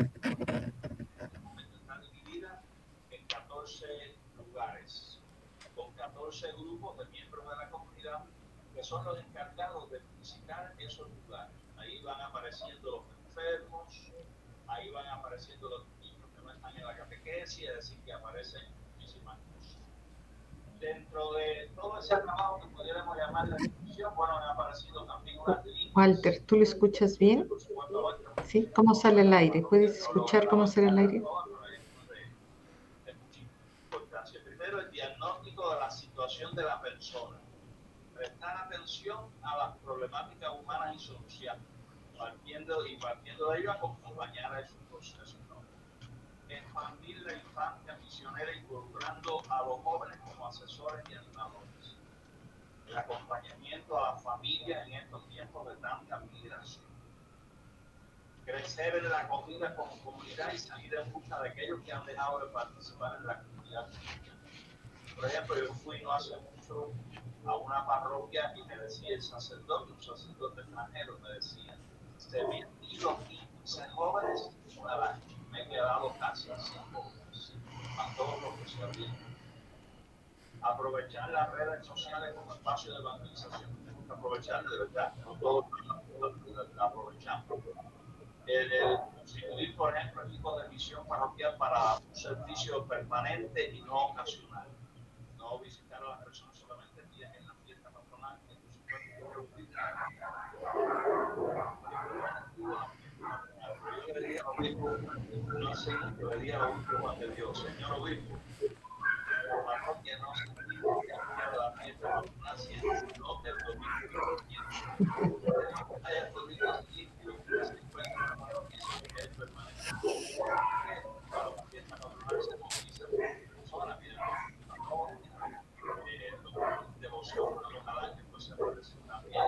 está dividida en 14 lugares, con 14 grupos de miembros de la comunidad que son los encargados de visitar esos lugares. Ahí van apareciendo los enfermos, ahí van apareciendo los niños que no están en la catequesis, es decir, que aparecen muchísimas cosas. Dentro de todo ese trabajo que pudiéramos llamar la institución, bueno, han aparecido también unas líneas. Walter, ¿tú lo escuchas bien? ¿Sí? ¿Cómo sale el aire? ¿Puedes escuchar cómo sale el aire? Primero, el diagnóstico de la situación de la persona. Prestar atención a las problemáticas humanas y sociales, partiendo de ello, acompañar a esos procesos. Expandir la infancia misionera involucrando a los jóvenes como asesores y animadores. El acompañamiento a la familia en estos tiempos de tanta migración. Crecer en la acogida como comunidad y salir en busca de aquellos que han dejado de participar en la comunidad. Por ejemplo, yo fui no hace mucho a una parroquia y me decía el sacerdote, un sacerdote extranjero, me decía, se me han ido 15 jóvenes al año, me he quedado casi sin jóvenes, a todos los que se habían. Aprovechar las redes sociales como espacio de evangelización, tenemos que aprovechar de verdad, no todos la aprovechamos. El constituir, por ejemplo, equipos de misión parroquial para un servicio permanente y no ocasional. No visitar a las personas solamente en la fiesta patronal, que por supuesto yo le diría al obispo, no sé, yo le diría al obispo ante Dios, señor obispo, la parroquia no se tiene que cambiar la fiesta patronal si no del domingo y hay domingos limpios que se encuentran en la parroquia, sino que es permanente. Para la fiesta patronal se moviliza personas, vienen devoción a los años, pues se aparece también.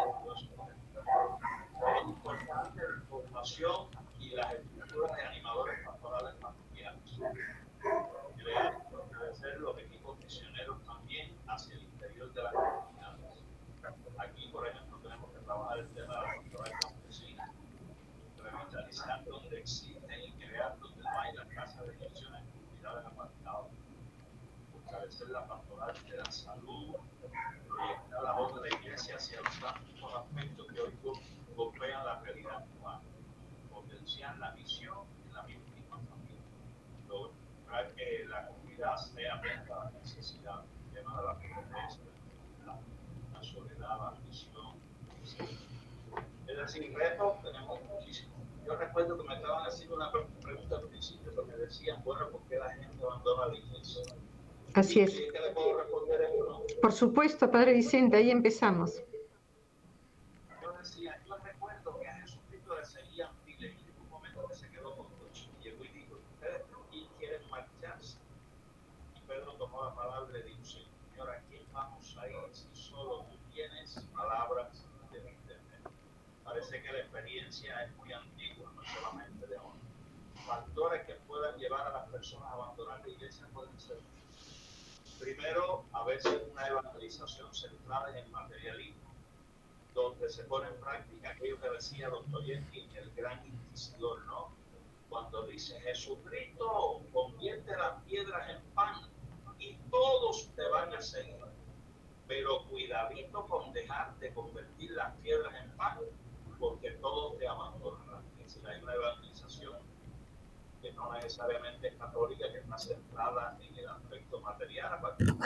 Es importante la información y las estructuras de animadores pastorales parroquiales. Crear y fortalecer los equipos misioneros también hacia el interior de las comunidades. Aquí, por ejemplo, tenemos que trabajar el tema de la pastoral campesina, revitalizar donde existen y crear donde no hay las casas de misiones en comunidades apartadas. Fortalecer la pastoral de la salud, la labor de la iglesia hacia los tantos aspectos que hoy golpean la realidad humana, potenciar la misión en la misma familia, lograr que la comunidad sea atenta a la necesidad, el tema de la pobreza, la soledad, la misión. Es decir, retos tenemos muchísimos. Yo recuerdo que me estaban haciendo una pregunta al principio que me decían, bueno, ¿por qué la gente abandona la iglesia? Así es. ¿Qué le puedo responder esto? ¿No? Por supuesto, Padre Vicente, ahí empezamos. Yo decía, yo recuerdo que a Jesucristo le seguían miles y en un momento que se quedó con dos y llegó y dijo, ¿ustedes por quién quieren marcharse? Y Pedro tomó la palabra y le dijo, Señor, ¿a quién vamos a ir si solo tú tienes palabras de internet? Parece que la experiencia es muy antigua, no solamente de ahora. Factores que puedan llevar llevar a las personas a abandonar la iglesia pueden ser, primero, a veces una evangelización centrada en el materialismo, donde se pone en práctica aquello que decía Dostoyevski, el gran inquisidor, ¿no? Cuando dice, Jesucristo convierte las piedras en pan y todos te van a seguir, pero cuidadito con dejar de convertir las piedras en pan, porque todos te abandonarán. Es decir, hay una evangelización que no necesariamente es católica, que está centrada en el aspecto material.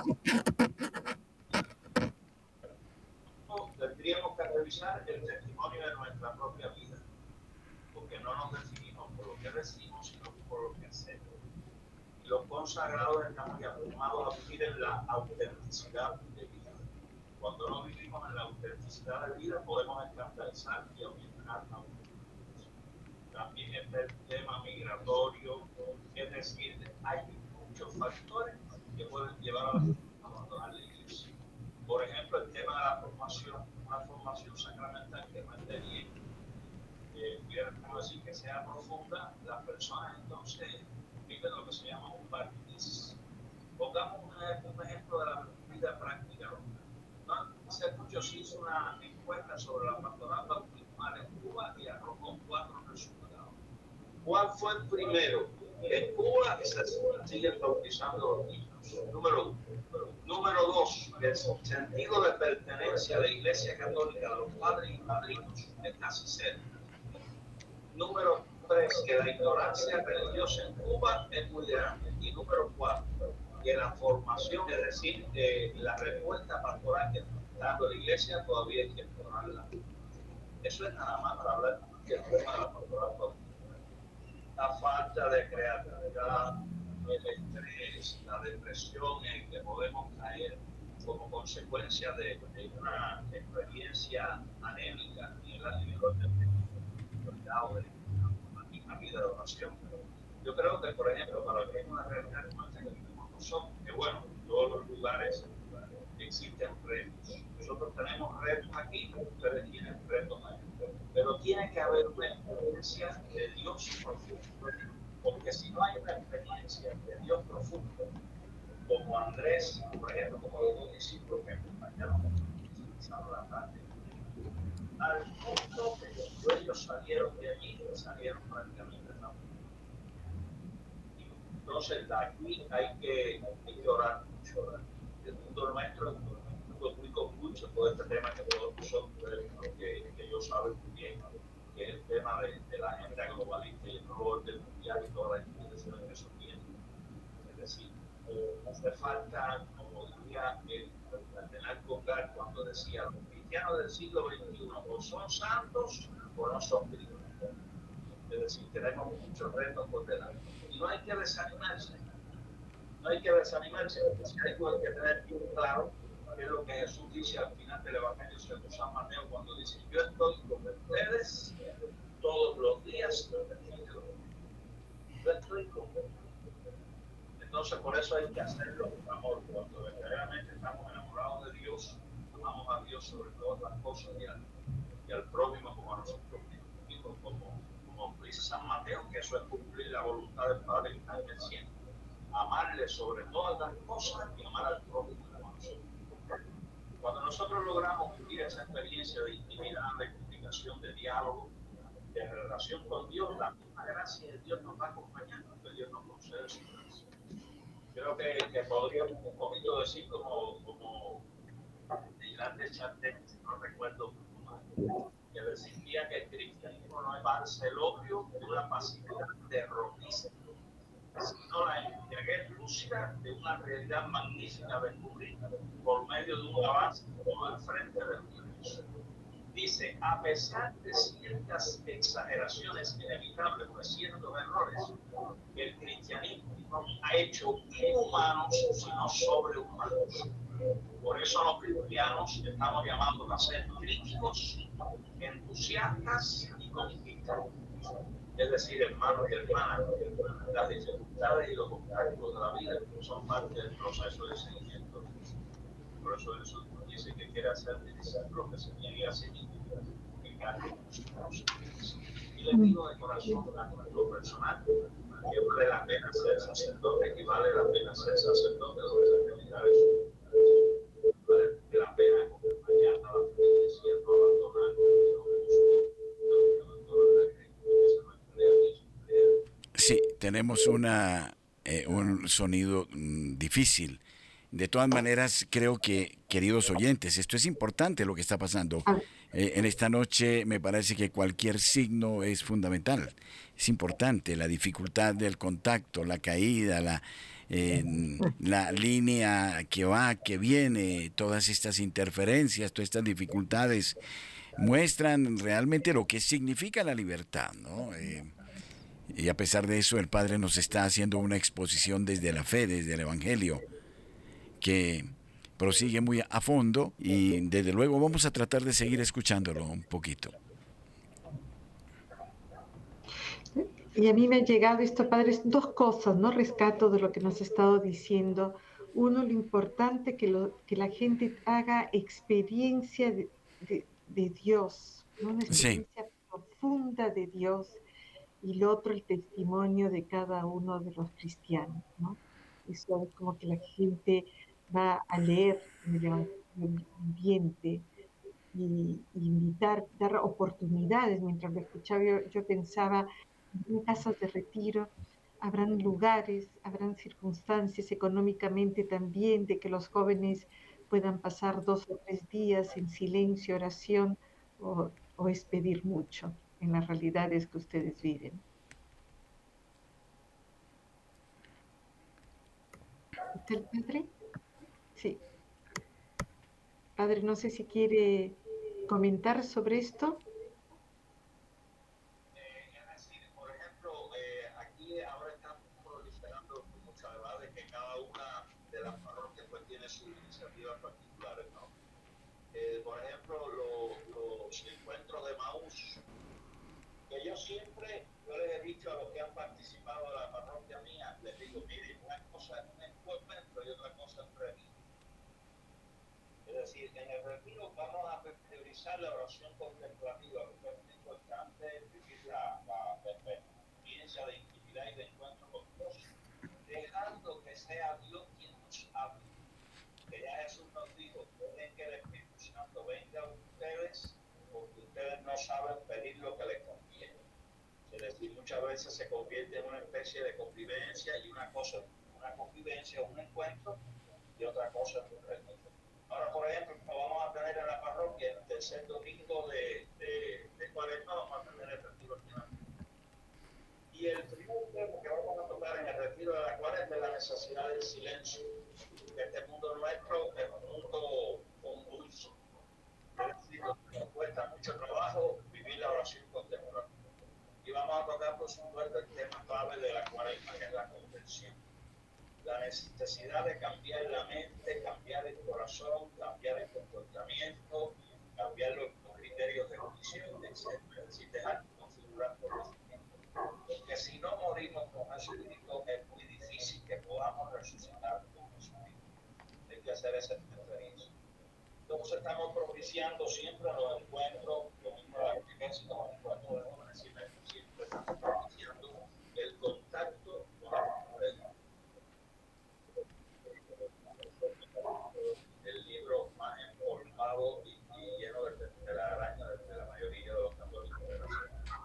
Tendríamos que revisar el testimonio de nuestra propia vida, porque no nos definimos por lo que decimos, sino por lo que hacemos. Y los consagrados estamos llamados a vivir en la autenticidad de vida. Cuando no vivimos en la autenticidad de vida, podemos escandalizar y aumentar la autenticidad. También está el tema migratorio, es decir, hay muchos factores que pueden llevar a la gente a abandonar la iglesia. Por ejemplo, el tema de la formación, una formación sacramental que no esté bien, quiero decir que sea profunda, las personas entonces viven lo que se llama un barniz. Pongamos un ejemplo de la vida práctica. ¿No? Hace mucho se hizo una encuesta sobre la pastoral bautismal en Cuba y arrojó 4 resultados. ¿Cuál fue el primero? En Cuba se siguen bautizando los niños. Número 1. Número 2, el sentido de pertenencia a la Iglesia Católica de los padres y padrinos es casi cero. Número 3, que la ignorancia religiosa en Cuba es muy grande. Y número 4, que la formación, es decir, la respuesta pastoral que está dando la Iglesia todavía hay que mejorarla. Eso es nada más para hablar del tema de la pastoral bautismal. La falta de creatividad, el estrés, la depresión en que podemos caer como consecuencia de una experiencia anémica en el nivel de la misma vida de oración. Yo creo que, por ejemplo, para que hay una realidad como esta que vivimos nosotros, que bueno, en todos los lugares existen retos. Nosotros tenemos retos aquí, ustedes tienen retos allá. Pero tiene que haber una experiencia de Dios profundo. Porque si no hay una experiencia de Dios profundo, como Andrés, por ejemplo, como los 2 discípulos que acompañaron la tarde, al punto que cuando ellos salieron de allí, salieron prácticamente rápido. Entonces, aquí hay que orar mucho. El mundo nuestro es muy confuso todo este tema que todos nosotros que ellos saben muy bien, que es el tema de la agenda globalista y el nuevo orden mundial y todas las implicaciones que eso tiene. Es decir, hace falta, como diría el cardenal Congar cuando decía, los cristianos del siglo XXI o son santos o no son cristianos. Es decir, tenemos muchos retos por delante. Y no hay que desanimarse. No hay que desanimarse, porque si hay que tener bien claro qué es lo que Jesús dice al final del Evangelio según San Mateo, cuando dice, yo estoy con ustedes todos los días. Yo estoy con ustedes. Entonces, por eso hay que hacerlo con amor. Cuando verdaderamente estamos enamorados de Dios, amamos a Dios sobre todas las cosas y al prójimo como a nosotros mismos. Como dice San Mateo, que eso es cumplir la voluntad del Padre que está en el cielo. Amarle sobre todas las cosas y amar al prójimo como a nosotros. Cuando nosotros logramos vivir esa experiencia de intimidad, de comunicación, de diálogo, de relación con Dios, la misma gracia de Dios nos va acompañando, que Dios nos concede su gracia. Creo que podríamos un poquito decir como el grande Chartet, no recuerdo que decía que el cristianismo no es más el obvio de una pasividad terrorista, sino la embriaguez lúcida de una realidad magnífica descubierta por medio de un avance como al frente del universo. Dice, a pesar de ciertas exageraciones inevitables o de ciertos errores, el cristianismo ha hecho inhumanos, sino sobrehumanos. Por eso los cristianos estamos llamados a ser críticos, entusiastas y conquistadores. Es decir, hermanos y hermanas, las dificultades y los obstáculos de la vida son parte del proceso de seguimiento. Por eso Jesús dice que quiere hacer discípulos que se niegue a sí mismo, que cargue con sus cruces. Y le digo de corazón a nuestro personal que vale la pena ser sacerdote, que vale la pena ser sacerdote, donde la realidad es vale la pena acompañar a la iglesia, no abandonar, no abandonar la iglesia, esa no es tarea ni es tarea. Sí, tenemos un sonido difícil. De todas maneras, creo que, queridos oyentes, esto es importante lo que está pasando. Ah, En esta noche me parece que cualquier signo es fundamental. Es importante la dificultad del contacto, la caída, la línea que va, que viene, todas estas interferencias, todas estas dificultades muestran realmente lo que significa la libertad, ¿no? Y a pesar de eso, el Padre nos está haciendo una exposición desde la fe, desde el Evangelio, que prosigue muy a fondo y desde luego vamos a tratar de seguir escuchándolo un poquito. y a mí me han llegado esto, padres, dos cosas, ¿no? Rescato de lo que nos ha estado diciendo. Uno, lo importante que la gente haga experiencia de Dios, ¿no? Una Sí, experiencia profunda de Dios. Y lo otro, el testimonio de cada uno de los cristianos, ¿no? Eso es como que la gente va a leer en el Evangelio viviente y invitar, dar oportunidades. Mientras lo escuchaba, yo pensaba, en casas de retiro habrán lugares, habrán circunstancias económicamente también de que los jóvenes puedan pasar 2 o 3 días en silencio, oración, o es pedir mucho en las realidades que ustedes viven. ¿Está el padre? Sí. Padre, no sé si quiere comentar sobre esto. Es decir, por ejemplo, aquí ahora estamos proliferando mucho, además de que cada una de las parroquias pues tiene sus iniciativas particulares, ¿no? Por ejemplo, los encuentros de Maús, que yo les he dicho a los que han participado de la parroquia mía, les digo, miren, una cosa es un encuentro y otra cosa es retiro. Es decir, en el retiro vamos a priorizar la oración contemplativa, porque es muy importante vivir la experiencia de intimidad y de encuentro con Dios, dejando que sea Dios quien nos hable. Que ya Jesús nos dijo, dejen que el Espíritu Santo venga a ustedes, porque ustedes no saben pedir lo que les conviene. Es decir, muchas veces se convierte en una especie de convivencia, y una convivencia es un encuentro y otra cosa es un retiro. Ahora, por ejemplo, vamos a tener en la parroquia el tercer domingo de Cuaresma, vamos a tener el retiro final. Y el primer tema que vamos a tocar en el retiro de la Cuaresma es la necesidad del silencio. Este mundo nuestro es un mundo convulso. Es decir, nos cuesta mucho trabajo vivir la oración contemplativa. Y vamos a tocar, por supuesto, el tema clave de la Cuaresma, que es la conversión. La necesidad de cambiar la mente, cambiar el corazón, cambiar el comportamiento, cambiar los criterios de juicio, etc. Es decir, dejar de configurar por los sentimientos. Porque si no morimos con Jesucristo, es muy difícil que podamos resucitar con Jesucristo. Hay que hacer esa experiencia. Entonces estamos propiciando siempre los encuentros, lo mismo de la iglesia, los encuentros de jóvenes, siempre estamos propiciando el contacto con la el libro más empolvado y lleno de telaraña de la mayoría de los católicos de la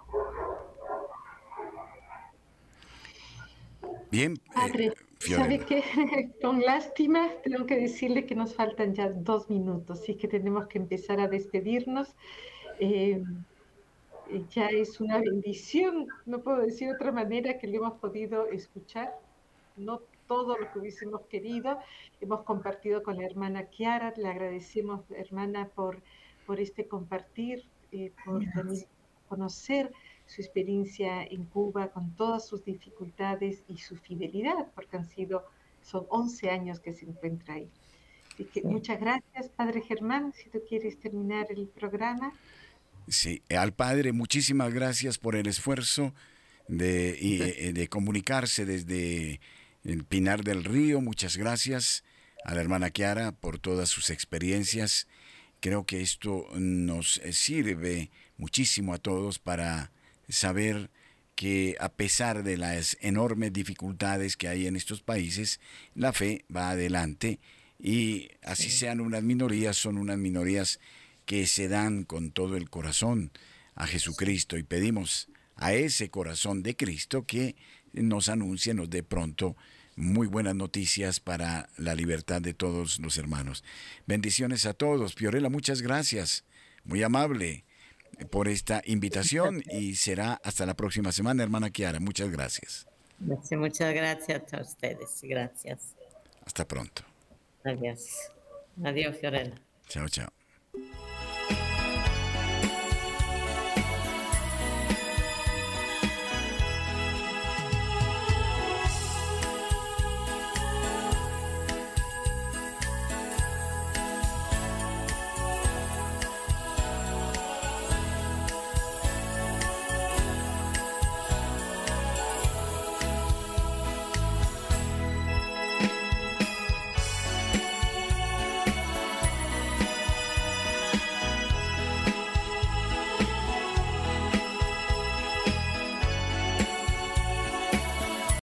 ciudad. bien, Padre, ¿sabe Fiorella. qué? Con lástima tengo que decirle que nos faltan ya 2 minutos, así que tenemos que empezar a despedirnos. Eh, ya es una bendición, no puedo decir de otra manera, que lo hemos podido escuchar, no todo lo que hubiésemos querido. Hemos compartido con la hermana Chiara, le agradecemos, hermana, por este compartir, por también conocer su experiencia en Cuba con todas sus dificultades y su fidelidad, porque son 11 años que se encuentra ahí. Así que muchas gracias, Padre Germán, si tú quieres terminar el programa. Sí, al Padre, muchísimas gracias por el esfuerzo de comunicarse desde el Pinar del Río. Muchas gracias a la hermana Chiara por todas sus experiencias. Creo que esto nos sirve muchísimo a todos para saber que a pesar de las enormes dificultades que hay en estos países, la fe va adelante y así sean unas minorías, son unas minorías que se dan con todo el corazón a Jesucristo y pedimos a ese corazón de Cristo que nos anuncie, nos dé pronto muy buenas noticias para la libertad de todos los hermanos. Bendiciones a todos. Fiorella, muchas gracias. Muy amable por esta invitación y será hasta la próxima semana, hermana Kiara. Muchas gracias. Muchas gracias a ustedes. Gracias. Hasta pronto. Adiós. Adiós, Fiorella. Chao, chao.